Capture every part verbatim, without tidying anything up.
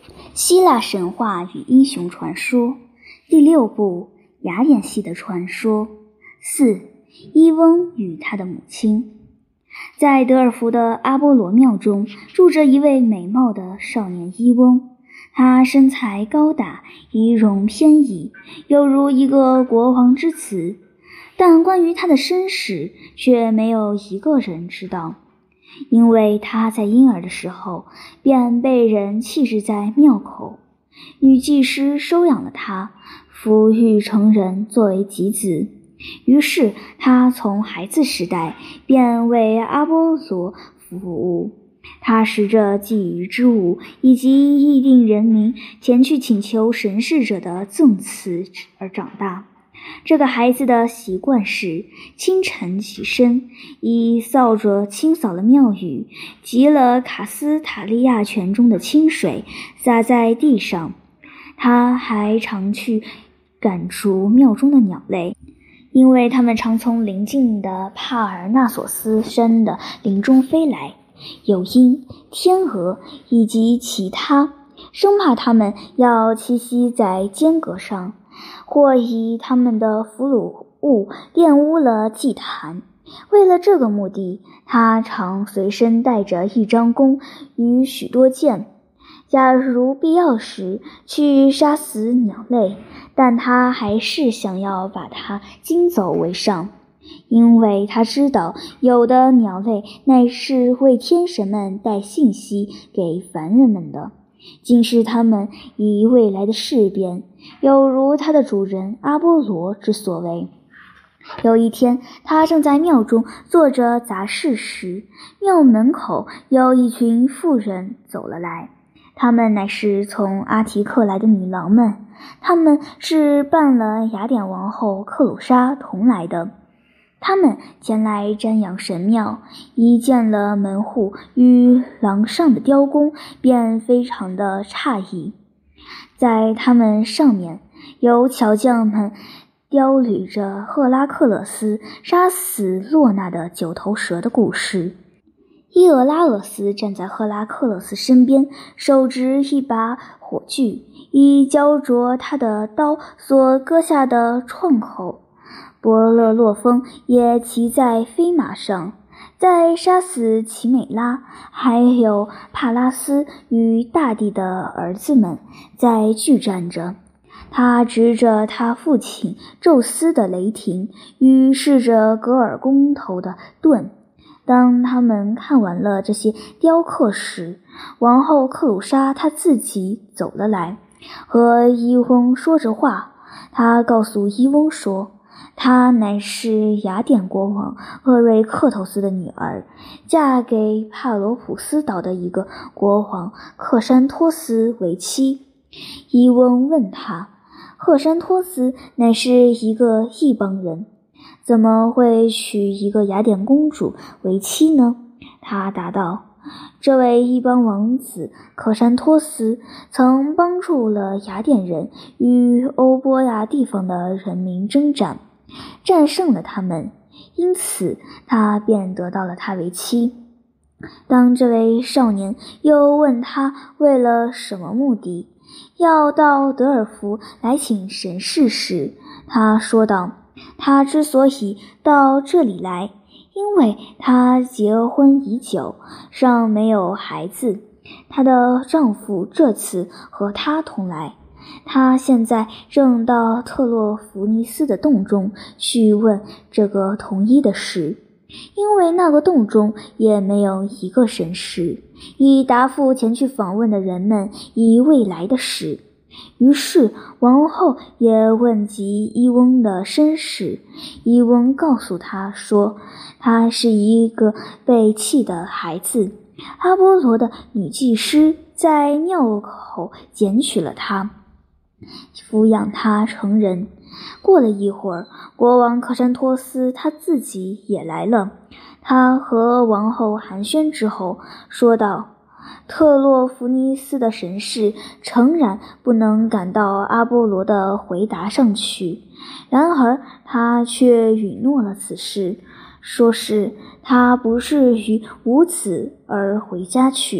希腊神话与英雄传说第六部雅典系的传说四伊翁与他的母亲。在德尔福的阿波罗庙中住着一位美貌的少年伊翁，他身材高大，仪容偏逸，犹如一个国王之子，但关于他的身世却没有一个人知道，因为他在婴儿的时候便被人弃置在庙口，女祭司收养了他，抚育成人作为己子。于是他从孩子时代便为阿波罗服务，他食着觊觎之物，以及议定人民前去请求神事者的赠赐而长大。这个孩子的习惯是清晨起身，以扫帚清扫了庙宇，集了卡斯塔利亚泉中的清水洒在地上。他还常去赶逐庙中的鸟类，因为它们常从邻近的帕尔纳索斯山的林中飞来，有鹰、天鹅以及其他，生怕它们要栖息在间隔上，或以他们的俘虏物玷污了祭坛。为了这个目的，他常随身带着一张弓与许多箭，假如必要时去杀死鸟类，但他还是想要把它惊走为上，因为他知道有的鸟类乃是为天神们带信息给凡人们的，竟是他们以未来的事变，有如他的主人阿波罗之所为。有一天，他正在庙中做着杂事时，庙门口有一群妇人走了来，她们乃是从阿提克来的女郎们，她们是伴了雅典王后克鲁莎同来的。他们前来瞻仰神庙，一见了门户与廊上的雕工，便非常的诧异。在他们上面有巧匠们雕捋着赫拉克勒斯杀死洛娜的九头蛇的故事。伊俄拉俄斯站在赫拉克勒斯身边，手执一把火炬，以焦灼他的刀所割下的创口。伯勒洛丰也骑在飞马上，在杀死奇美拉，还有帕拉斯与大地的儿子们在拒战着。他执着他父亲宙斯的雷霆与侍着格尔弓头的盾。当他们看完了这些雕刻时，王后克鲁莎她自己走了来，和伊翁说着话。她告诉伊翁说，她乃是雅典国王厄瑞克托斯的女儿，嫁给帕罗普斯岛的一个国王赫山托斯为妻。伊翁问他，赫山托斯乃是一个异邦人，怎么会娶一个雅典公主为妻呢？他答道，这位异邦王子克山托斯曾帮助了雅典人与欧波亚地方的人民征战，战胜了他们，因此他便得到了她为妻。当这位少年又问他为了什么目的要到德尔福来请神事时，他说道，他之所以到这里来，因为他结婚已久，尚没有孩子，她的丈夫这次和她同来，她现在正到特洛弗尼斯的洞中去问这个同一的事，因为那个洞中也没有一个神识，以答复前去访问的人们以未来的事。于是王后也问及伊翁的身世，伊翁告诉她说，他是一个被弃的孩子，阿波罗的女祭司在庙口捡取了他，抚养他成人。过了一会儿，国王克山托斯他自己也来了，他和王后寒暄之后说道，特洛弗尼斯的神事诚然不能赶到阿波罗的回答上去，然而他却允诺了此事，说是他不至于无子而回家去，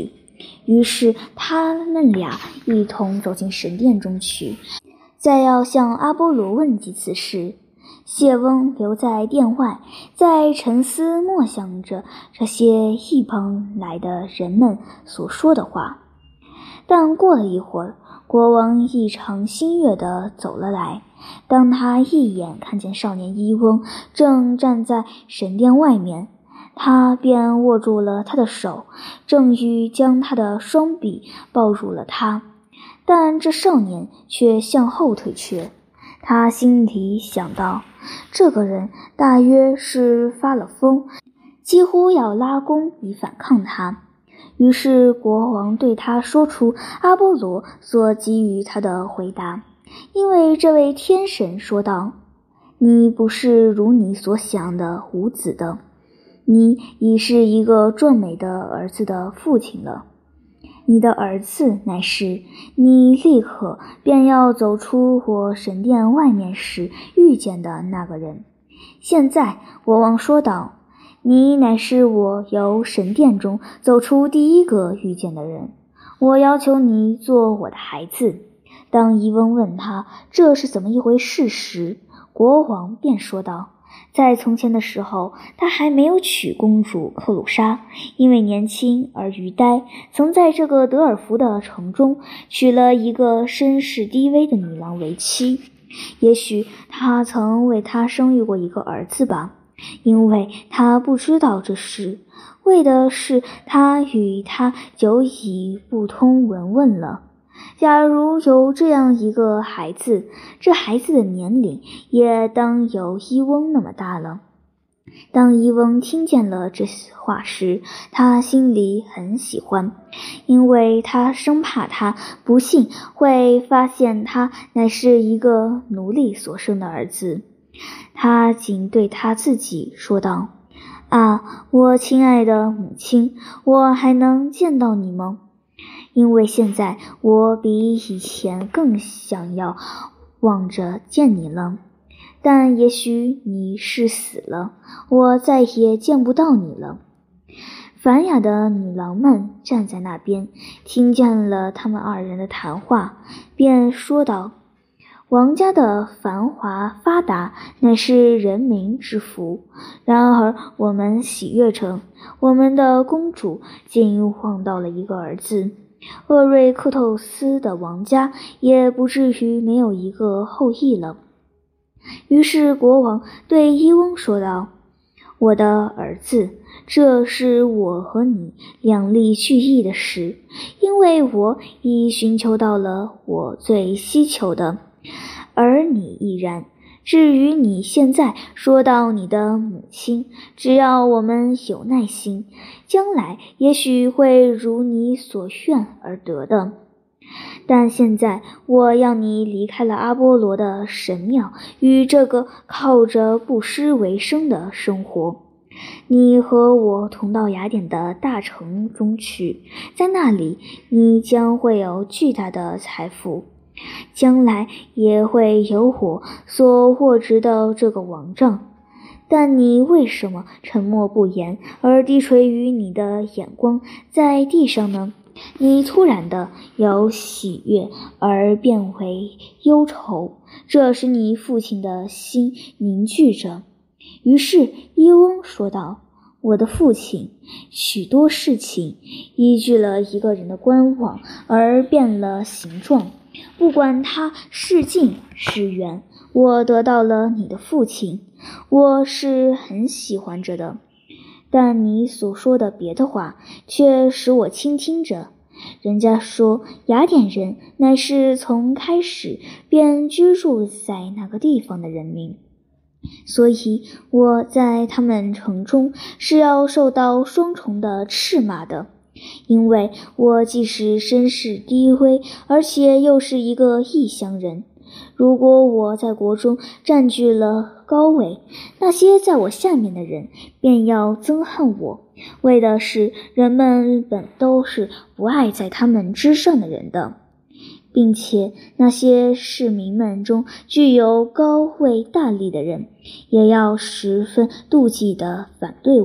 于是他们俩一同走进神殿中去。在要向阿波罗问及此事，谢翁留在殿外，在沉思默想着这些一旁来的人们所说的话。但过了一会儿，国王异常欣悦地走了来。当他一眼看见少年伊翁正站在神殿外面，他便握住了他的手，正欲将他的双臂抱入了他，但这少年却向后退却。他心里想到，这个人大约是发了疯，几乎要拉弓以反抗他。于是国王对他说出阿波罗所给予他的回答，因为这位天神说道：你不是如你所想的无子的，你已是一个壮美的儿子的父亲了。你的儿子乃是你立刻便要走出我神殿外面时遇见的那个人。现在国王说道，你乃是我由神殿中走出第一个遇见的人，我要求你做我的孩子。当伊翁问他这是怎么一回事时，国王便说道，在从前的时候，他还没有娶公主克鲁莎，因为年轻而愚呆，曾在这个德尔福的城中娶了一个身世低微的女郎为妻。也许他曾为她生育过一个儿子吧，因为他不知道这事，为的是他与他久已不通文问了。假如有这样一个孩子，这孩子的年龄也当有伊翁那么大了。当伊翁听见了这话时，他心里很喜欢，因为他生怕他不幸会发现他乃是一个奴隶所生的儿子。他仅对他自己说道，啊，我亲爱的母亲，我还能见到你吗？因为现在我比以前更想要望着见你了，但也许你是死了，我再也见不到你了。凡雅的女郎们站在那边，听见了他们二人的谈话，便说道，王家的繁华发达乃是人民之福，然而我们喜悦城，我们的公主竟望到了一个儿子，厄瑞克透斯的王家也不至于没有一个后裔了。于是国王对伊翁说道，我的儿子，这是我和你两立聚义的事，因为我已寻求到了我最希求的，而你亦然。至于你现在说到你的母亲，只要我们有耐心，将来也许会如你所愿而得的。但现在我要你离开了阿波罗的神庙与这个靠着布施为生的生活，你和我同到雅典的大城中去，在那里你将会有巨大的财富，将来也会有我所获知的这个王杖。但你为什么沉默不言，而低垂于你的眼光在地上呢？你突然的由喜悦而变为忧愁，这使你父亲的心凝聚着。于是伊翁说道，我的父亲，许多事情依据了一个人的观望而变了形状，不管它是近是远，我得到了你的父亲，我是很喜欢着的。但你所说的别的话却使我倾听着。人家说雅典人乃是从开始便居住在那个地方的人民，所以我在他们城中是要受到双重的斥骂的，因为我既是身世低微，而且又是一个异乡人。如果我在国中占据了高位，那些在我下面的人便要憎恨我，为的是人们本都是不爱在他们之上的人的，并且那些市民们中具有高位大力的人也要十分妒忌地反对我。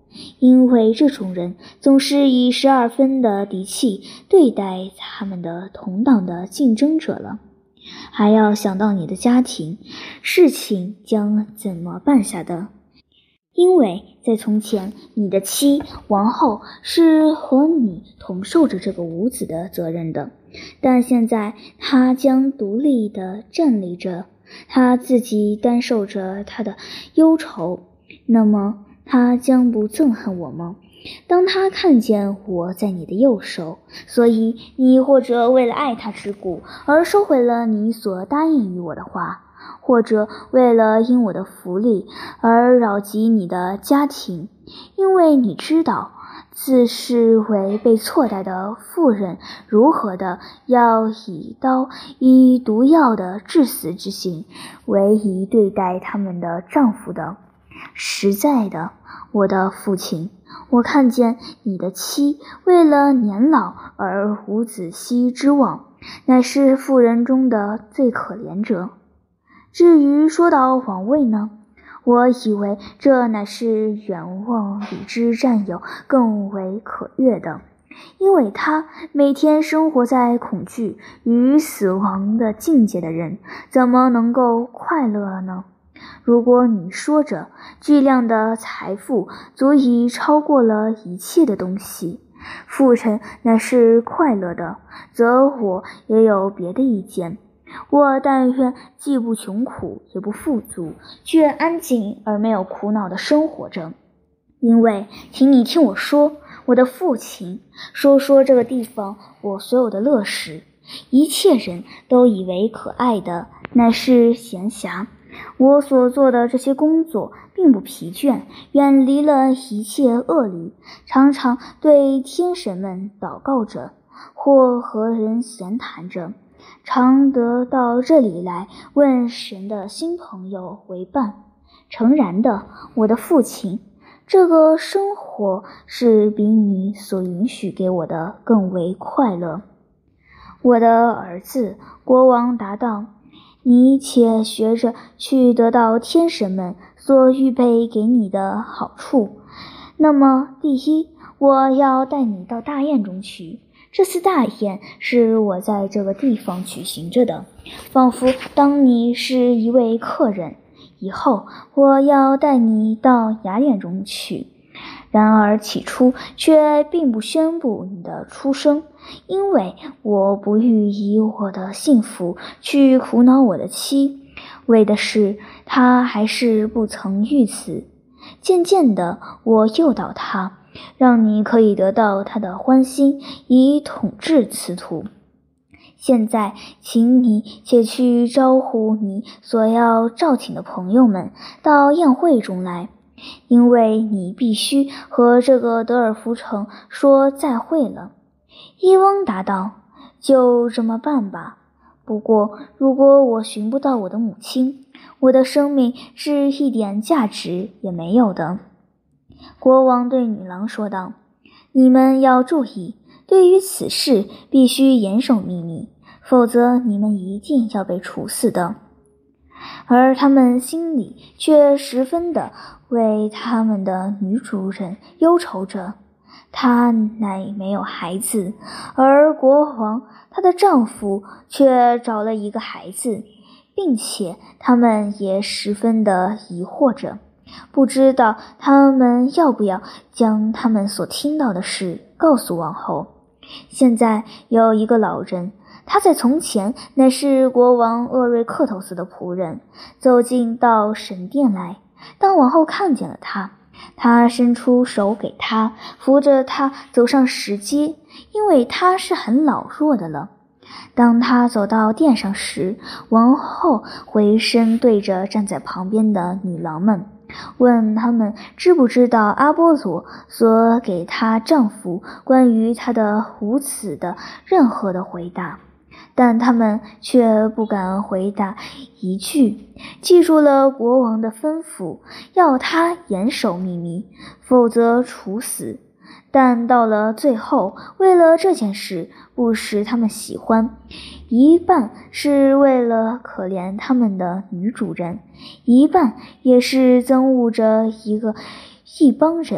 因为这种人总是以十二分的敌气对待他们的同党的竞争者了。还要想到你的家庭，事情将怎么办下的？因为在从前，你的妻王后是和你同受着这个五子的责任的，但现在她将独立地站立着，她自己担受着她的忧愁，那么她将不憎恨我吗？当她看见我在你的右手，所以你或者为了爱她之故而收回了你所答应于我的话，或者为了因我的福利而扰及你的家庭，因为你知道自视为被错待的妇人如何的要以刀以毒药的致死之刑为宜对待他们的丈夫的。实在的，我的父亲，我看见你的妻为了年老而无子息之望，乃是妇人中的最可怜者。至于说到王位呢，我以为这乃是远望比之占有更为可悦的，因为他每天生活在恐惧与死亡的境界的人，怎么能够快乐呢？如果你说着巨量的财富足以超过了一切的东西，父臣乃是快乐的，则我也有别的意见。我但愿既不穷苦也不富足，却安静而没有苦恼地生活着。因为请你听我说，我的父亲，说说这个地方我所有的乐事，一切人都以为可爱的乃是闲暇。我所做的这些工作并不疲倦，远离了一切恶旅，常常对天神们祷告着，或和人闲谈着，常得到这里来问神的新朋友为伴。诚然的，我的父亲，这个生活是比你所允许给我的更为快乐。我的儿子，国王答道，你且学着去得到天神们所预备给你的好处。那么，第一，我要带你到大宴中去。这次大宴是我在这个地方举行着的，仿佛当你是一位客人。以后我要带你到雅典中去，然而起初却并不宣布你的出生，因为我不欲以我的幸福去苦恼我的妻，为的是她还是不曾遇此。渐渐的，我诱导她，让你可以得到她的欢心，以统治此土。现在请你且去招呼你所要召请的朋友们到宴会中来，因为你必须和这个德尔福城说再会了。伊翁答道，就这么办吧。不过如果我寻不到我的母亲，我的生命是一点价值也没有的。国王对女郎说道，你们要注意，对于此事必须严守秘密，否则你们一定要被处死的。而他们心里却十分的为他们的女主人忧愁着。她乃没有孩子，而国王她的丈夫却找了一个孩子，并且他们也十分的疑惑着，不知道他们要不要将他们所听到的事告诉王后。现在有一个老人，他在从前乃是国王厄瑞克托斯的仆人，走进到神殿来。当王后看见了他，他伸出手给他，扶着他走上石阶，因为他是很老弱的了。当他走到殿上时，王后回身对着站在旁边的女郎们，问他们知不知道阿波罗所给她丈夫关于她的无子的任何的回答，但他们却不敢回答一句，记住了国王的吩咐，要他严守秘密，否则处死。但到了最后，为了这件事不使他们喜欢，一半是为了可怜他们的女主人，一半也是憎恶着一个一帮人，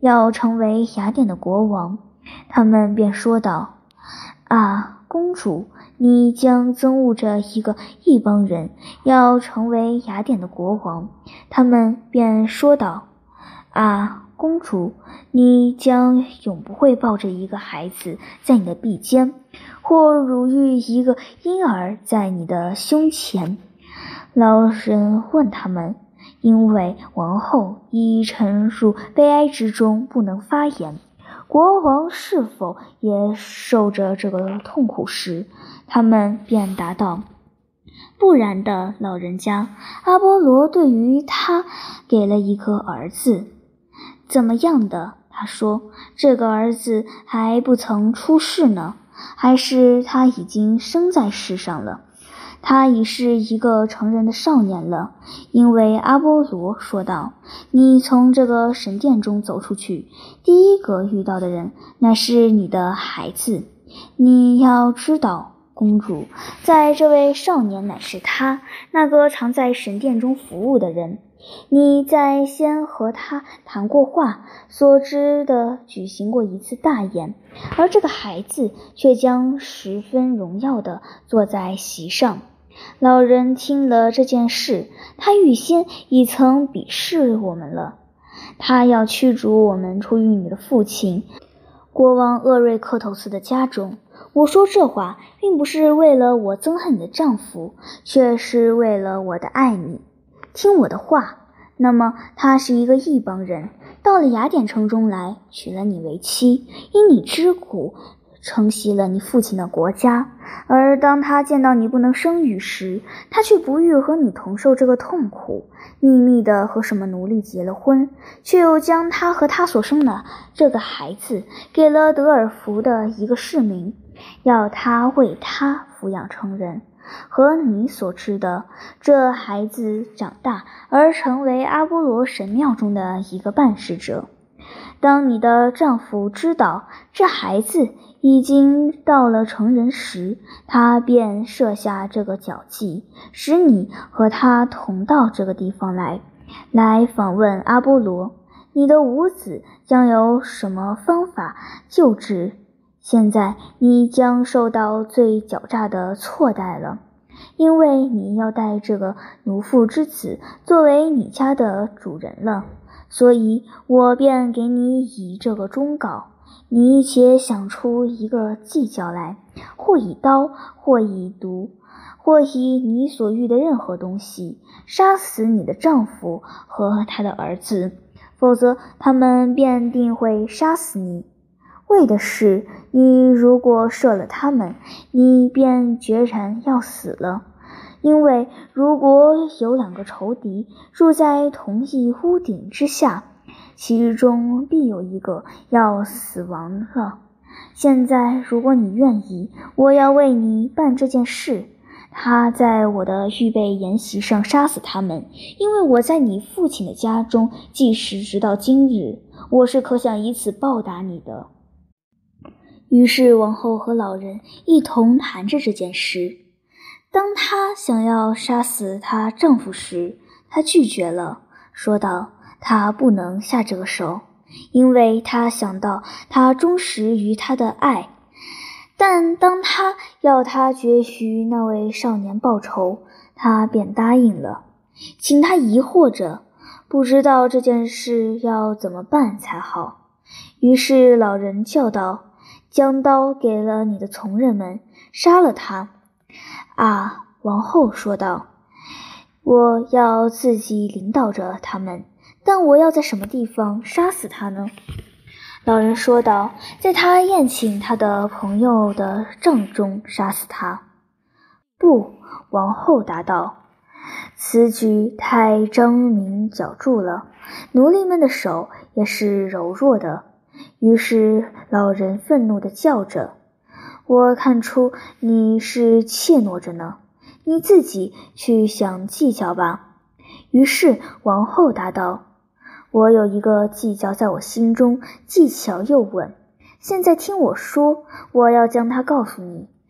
要成为雅典的国王。他们便说道：啊，公主，你将憎恶着一个异邦人，要成为雅典的国王。他们便说道：啊，公主，你将永不会抱着一个孩子在你的臂间，或乳育一个婴儿在你的胸前。老人问他们，因为王后已沉入悲哀之中，不能发言，国王是否也受着这个痛苦时，他们便答道：不然的，老人家，阿波罗对于他给了一个儿子。怎么样的？他说，这个儿子还不曾出世呢，还是他已经生在世上了？他已是一个成人的少年了，因为阿波罗说道：你从这个神殿中走出去，第一个遇到的人乃是你的孩子。你要知道，公主，在这位少年乃是他，那个常在神殿中服务的人。你在先和他谈过话，所知的举行过一次大宴，而这个孩子却将十分荣耀地坐在席上。老人听了这件事，他预先已曾鄙视我们了，他要驱逐我们出于你的父亲国王厄瑞克头斯的家中。我说这话并不是为了我憎恨你的丈夫，却是为了我的爱你。听我的话，那么他是一个异邦人，到了雅典城中来，娶了你为妻，因你之苦承袭了你父亲的国家。而当他见到你不能生育时，他却不欲和你同受这个痛苦，秘密地和什么奴隶结了婚，却又将他和他所生的这个孩子给了德尔福的一个市民，要他为他抚养成人。和你所知的，这孩子长大而成为阿波罗神庙中的一个办事者。当你的丈夫知道这孩子已经到了成人时，他便设下这个绞计，使你和他同到这个地方来，来访问阿波罗。你的五子将有什么方法救治？现在你将受到最狡诈的错待了，因为你要带这个奴妇之子作为你家的主人了，所以我便给你以这个忠告。你且想出一个计较来，或以刀，或以毒，或以你所遇的任何东西，杀死你的丈夫和他的儿子，否则他们便定会杀死你。为的是，你如果射了他们，你便决然要死了。因为如果有两个仇敌住在同一屋顶之下，其中必有一个要死亡了。现在如果你愿意，我要为你办这件事，他在我的预备筵席上杀死他们，因为我在你父亲的家中祭祀直到今日，我是可想以此报答你的。于是王后和老人一同谈着这件事。当她想要杀死她丈夫时，她拒绝了，说道她不能下这个手，因为她想到她忠实于他的爱。但当她要他绝于那位少年报仇，她便答应了。请他疑惑着，不知道这件事要怎么办才好。于是老人叫道：将刀给了你的从人们，杀了他。啊，王后说道，我要自己领导着他们，但我要在什么地方杀死他呢？老人说道，在他宴请他的朋友的帐中杀死他。不，王后答道，此举太张明矫著了，奴隶们的手也是柔弱的。于是老人愤怒地叫着，我看出你是怯懦着呢，你自己去想计较吧。于是王后答道，我有一个计较在我心中，技巧又稳，现在听我说，我要将它告诉你。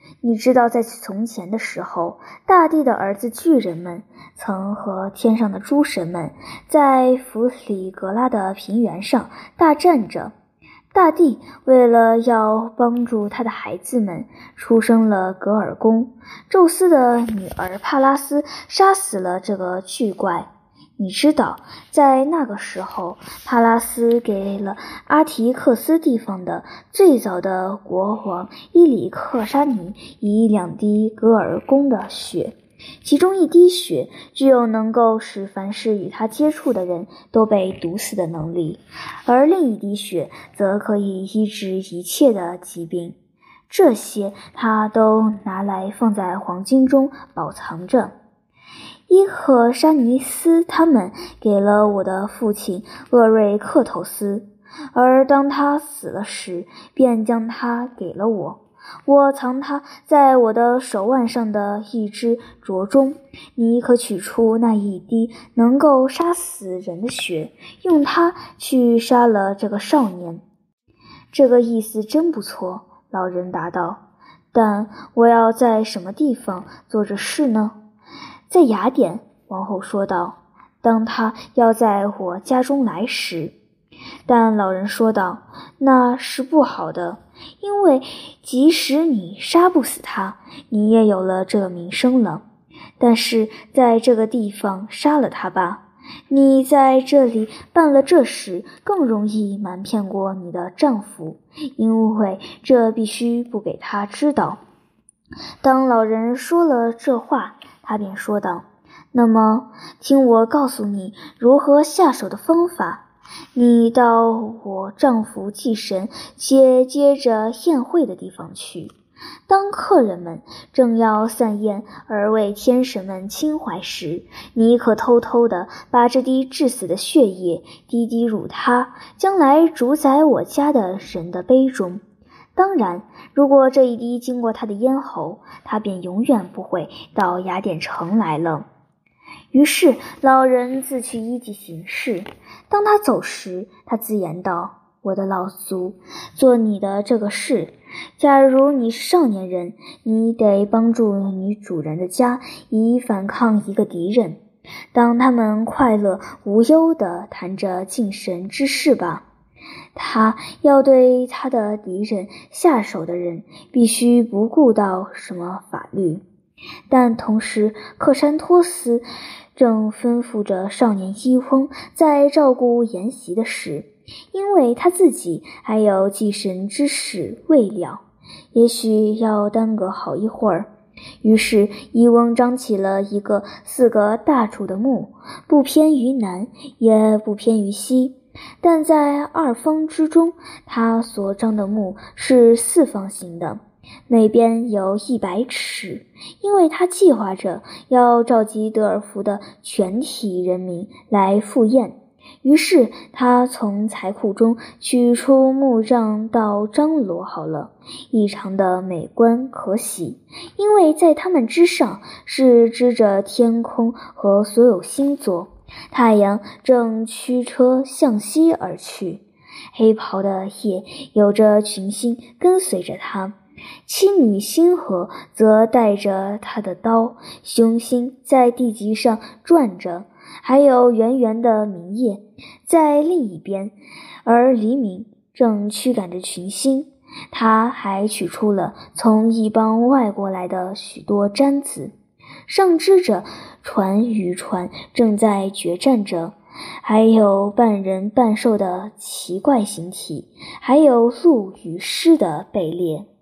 你知道，在从前的时候，大地的儿子巨人们曾和天上的诸神们在弗里格拉的平原上大战着。大地为了要帮助他的孩子们，出生了格尔宫。宙斯的女儿帕拉斯杀死了这个巨怪。你知道，在那个时候，帕拉斯给了阿提克斯地方的最早的国王伊里克沙尼以两滴格尔宫的血，其中一滴血具有能够使凡是与他接触的人都被毒死的能力，而另一滴血则可以医治一切的疾病。这些他都拿来放在黄金中保藏着。伊赫沙尼斯他们给了我的父亲厄瑞克头斯，而当他死了时，便将他给了我。我藏它在我的手腕上的一只镯中，你可取出那一滴能够杀死人的血，用它去杀了这个少年。这个意思真不错，老人答道。但我要在什么地方做这事呢？在雅典，王后说道，当他要在我家中来时。但老人说道，那是不好的，因为即使你杀不死他，你也有了这个名声了。但是在这个地方杀了他吧，你在这里办了这事，更容易瞒骗过你的丈夫，因为这必须不给他知道。当老人说了这话，他便说道，那么听我告诉你如何下手的方法。你到我丈夫祭神且接着宴会的地方去，当客人们正要散宴而为天神们倾怀时，你可偷偷地把这滴致死的血液滴滴入他将来主宰我家的人的杯中。当然，如果这一滴经过他的咽喉，他便永远不会到雅典城来了。于是老人自去依计行事。当他走时，他自言道，我的老祖，做你的这个事，假如你是少年人，你得帮助你主人的家以反抗一个敌人。当他们快乐无忧地谈着敬神之事吧。他要对他的敌人下手的人必须不顾到什么法律。但同时克山托斯正吩咐着少年伊翁在照顾筵席的事，因为他自己还有祭神之事未了，也许要耽搁好一会儿。于是伊翁张起了一个四个大柱的木，不偏于南，也不偏于西，但在二方之中，他所张的木是四方形的，每边有一百尺，因为他计划着要召集德尔福的全体人民来赴宴。于是他从财库中取出木杖到张罗好了，异常的美观可喜，因为在他们之上是支着天空和所有星座。太阳正驱车向西而去，黑袍的夜有着群星跟随着他，七女星河则带着他的刀，凶星在地极上转着，还有圆圆的明夜在另一边，而黎明正驱赶着群星。他还取出了从一邦外国来的许多毡子，上支着船与船正在决战着，还有半人半兽的奇怪形体，还有鹿与狮的背列。